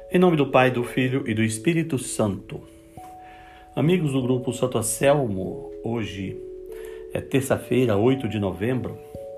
Em nome do Pai, do Filho e do Espírito Santo. Amigos do Grupo Santo Anselmo, hoje é terça-feira, 8 de novembro,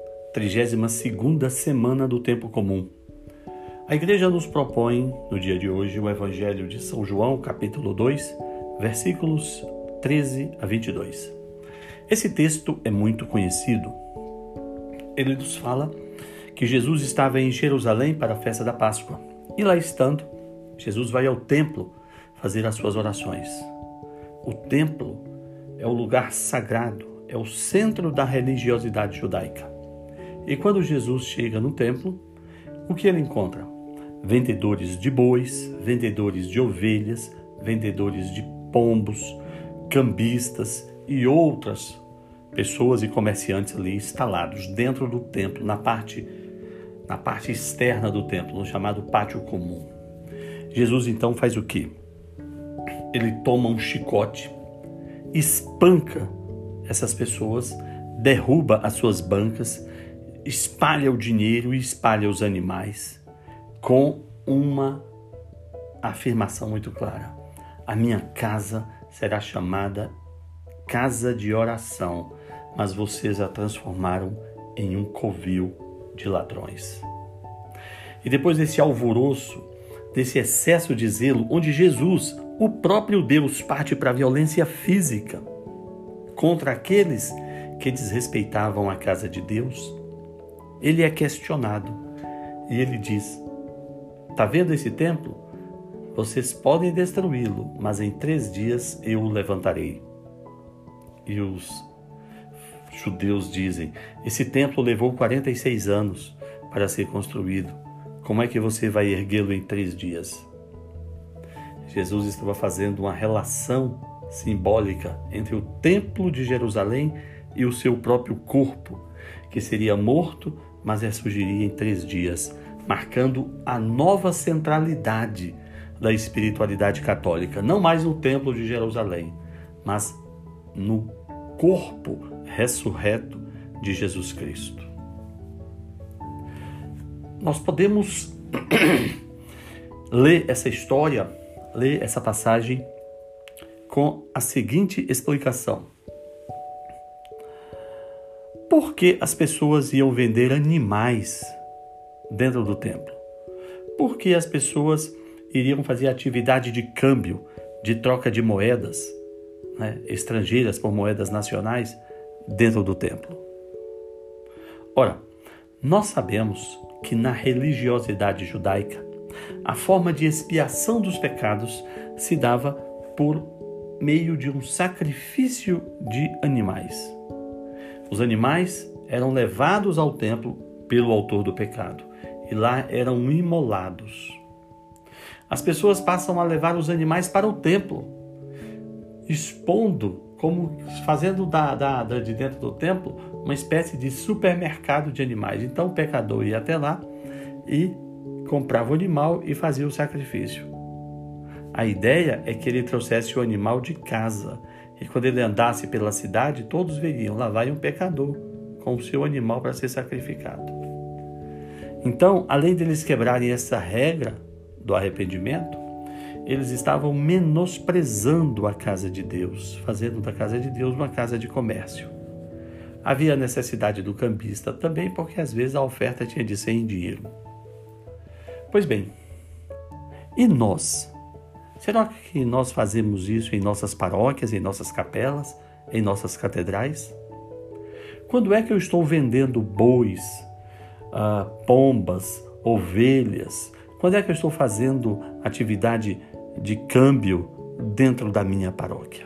32ª semana do Tempo Comum. A Igreja nos propõe, no dia de hoje, o Evangelho de São João, capítulo 2, versículos 13 a 22. Esse texto é muito conhecido. Ele nos fala que Jesus estava em Jerusalém para a festa da Páscoa. E lá estando, Jesus vai ao templo fazer as suas orações. O templo é o lugar sagrado, é o centro da religiosidade judaica. E quando Jesus chega no templo, o que ele encontra? Vendedores de bois, vendedores de ovelhas, vendedores de pombos, cambistas e outras pessoas e comerciantes ali instalados dentro do templo, na parte externa do templo, no chamado pátio comum. Jesus então faz o quê? Ele toma um chicote, espanca essas pessoas, derruba as suas bancas, espalha o dinheiro e espalha os animais, com uma afirmação muito clara: a minha casa será chamada casa de oração, mas vocês a transformaram em um covil de ladrões. E depois desse alvoroço, desse excesso de zelo, onde Jesus, o próprio Deus, parte para a violência física contra aqueles que desrespeitavam a casa de Deus, ele é questionado e ele diz: está vendo esse templo? Vocês podem destruí-lo, mas em 3 dias eu o levantarei. E os judeus dizem: esse templo levou 46 anos para ser construído. Como é que você vai erguê-lo em 3 dias? Jesus estava fazendo uma relação simbólica entre o templo de Jerusalém e o seu próprio corpo, que seria morto, mas ressurgiria em 3 dias, marcando a nova centralidade da espiritualidade católica, não mais no templo de Jerusalém, mas no corpo ressurreto de Jesus Cristo. Nós podemos ler essa história, ler essa passagem com a seguinte explicação: por que as pessoas iam vender animais dentro do templo? Por que as pessoas iriam fazer atividade de câmbio, de troca de moedas, estrangeiras por moedas nacionais dentro do templo? Ora, nós sabemos que na religiosidade judaica, a forma de expiação dos pecados se dava por meio de um sacrifício de animais. Os animais eram levados ao templo pelo autor do pecado e lá eram imolados. As pessoas passam a levar os animais para o templo, expondo, fazendo de dentro do templo uma espécie de supermercado de animais. Então o pecador ia até lá e comprava o animal e fazia o sacrifício. A ideia é que ele trouxesse o animal de casa e quando ele andasse pela cidade, todos veriam: lá vai um pecador com o seu animal para ser sacrificado. Então, além de eles quebrarem essa regra do arrependimento, eles estavam menosprezando a casa de Deus, fazendo da casa de Deus uma casa de comércio. Havia necessidade do cambista também, porque às vezes a oferta tinha de ser em dinheiro. Pois bem, e nós? Será que nós fazemos isso em nossas paróquias, em nossas capelas, em nossas catedrais? Quando é que eu estou vendendo bois, pombas, ovelhas? Quando é que eu estou fazendo atividade de câmbio dentro da minha paróquia?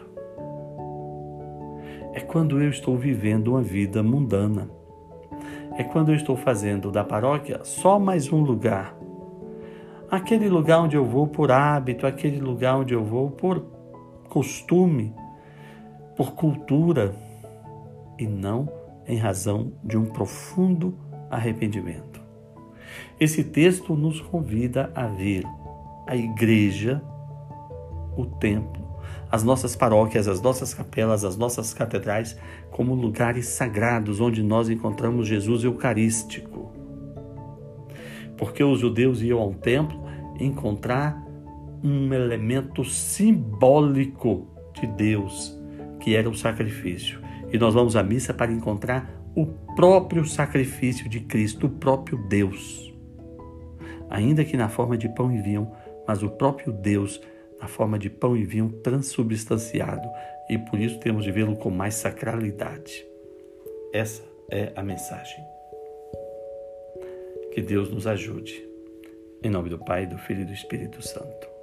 É quando eu estou vivendo uma vida mundana. É quando eu estou fazendo da paróquia só mais um lugar. Aquele lugar onde eu vou por hábito, aquele lugar onde eu vou por costume, por cultura, e não em razão de um profundo arrependimento. Esse texto nos convida a ver a igreja, o templo, as nossas paróquias, as nossas capelas, as nossas catedrais como lugares sagrados onde nós encontramos Jesus eucarístico. Porque os judeus iam ao templo encontrar um elemento simbólico de Deus, que era o sacrifício. E nós vamos à missa para encontrar o próprio sacrifício de Cristo, o próprio Deus. Ainda que na forma de pão e vinho, mas o próprio Deus na forma de pão e vinho transubstanciado. E por isso temos de vê-lo com mais sacralidade. Essa é a mensagem. Que Deus nos ajude. Em nome do Pai, do Filho e do Espírito Santo.